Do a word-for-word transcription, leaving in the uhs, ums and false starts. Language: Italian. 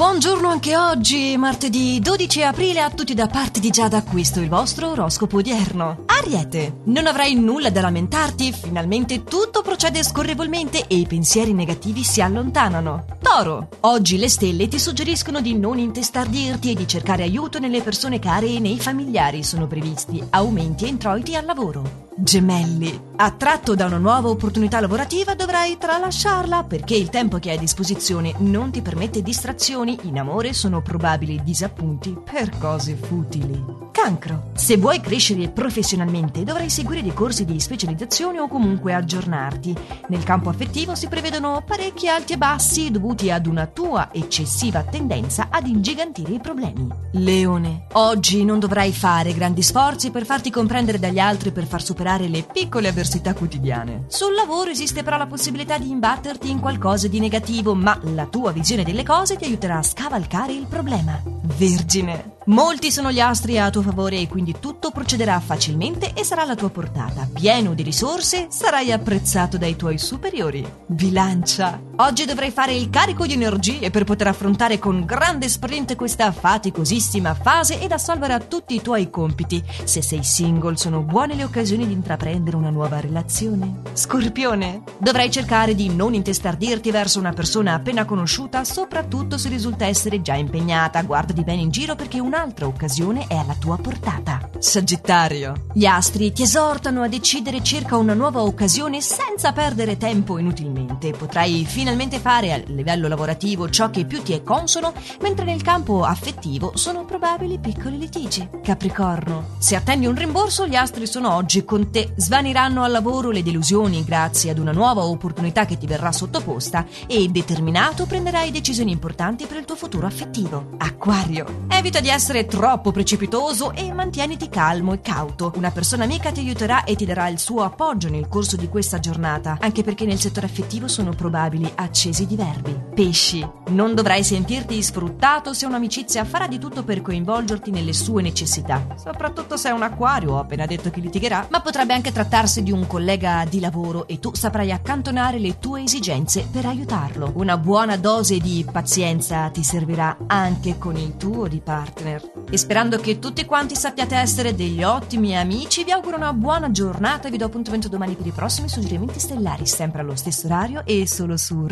Buongiorno anche oggi, martedì dodici aprile, a tutti da parte di Giada. Questo è il vostro oroscopo odierno. Ariete, non avrai nulla da lamentarti, finalmente tutto procede scorrevolmente e i pensieri negativi si allontanano. Toro, oggi le stelle ti suggeriscono di non intestardirti e di cercare aiuto nelle persone care e nei familiari. Sono previsti aumenti e introiti al lavoro. Gemelli, attratto da una nuova opportunità lavorativa dovrai tralasciarla perché il tempo che hai a disposizione non ti permette distrazioni. In amore sono probabili disappunti per cose futili. Cancro, se vuoi crescere professionalmente dovrai seguire dei corsi di specializzazione o comunque aggiornarti. Nel campo affettivo si prevedono parecchi alti e bassi dovuti ad una tua eccessiva tendenza ad ingigantire i problemi. Leone, oggi non dovrai fare grandi sforzi per farti comprendere dagli altri per far superare le piccole avversità quotidiane. Sul lavoro esiste però la possibilità di imbatterti in qualcosa di negativo, ma la tua visione delle cose ti aiuterà a scavalcare il problema. Vergine, molti sono gli astri a tuo favore e quindi tutto procederà facilmente e sarà alla tua portata. Pieno di risorse, sarai apprezzato dai tuoi superiori. Bilancia, oggi dovrai fare il carico di energie per poter affrontare con grande sprint questa faticosissima fase ed assolvere a tutti i tuoi compiti. Se sei single, sono buone le occasioni di intraprendere una nuova relazione. Scorpione, dovrai cercare di non intestardirti verso una persona appena conosciuta, soprattutto se risulta essere già impegnata. Guardati bene in giro perché un'altra occasione è alla tua portata. Sagittario, gli astri ti esortano a decidere circa una nuova occasione senza perdere tempo inutilmente. Potrai finalmente fare a livello lavorativo ciò che più ti è consono, mentre nel campo affettivo sono probabili piccoli litigi. Capricorno, se attendi un rimborso, gli astri sono oggi con te. Svaniranno al lavoro le delusioni grazie ad una nuova opportunità che ti verrà sottoposta e determinato prenderai decisioni importanti per il tuo futuro affettivo. Acquario, evita di essere troppo precipitoso e mantieniti calmo e cauto. Una persona amica ti aiuterà e ti darà il suo appoggio nel corso di questa giornata, anche perché nel settore affettivo sono probabili accesi di verbi. Pesci, non dovrai sentirti sfruttato se un'amicizia farà di tutto per coinvolgerti nelle sue necessità, soprattutto se è un acquario. Ho appena detto che litigherà, ma potrebbe anche trattarsi di un collega di lavoro e tu saprai accantonare le tue esigenze per aiutarlo. Una buona dose di pazienza ti servirà anche con il tuo di partner. E sperando che tutti quanti sappiate essere degli ottimi amici, vi auguro una buona giornata e vi do appuntamento domani per i prossimi suggerimenti stellari, sempre allo stesso orario e solo su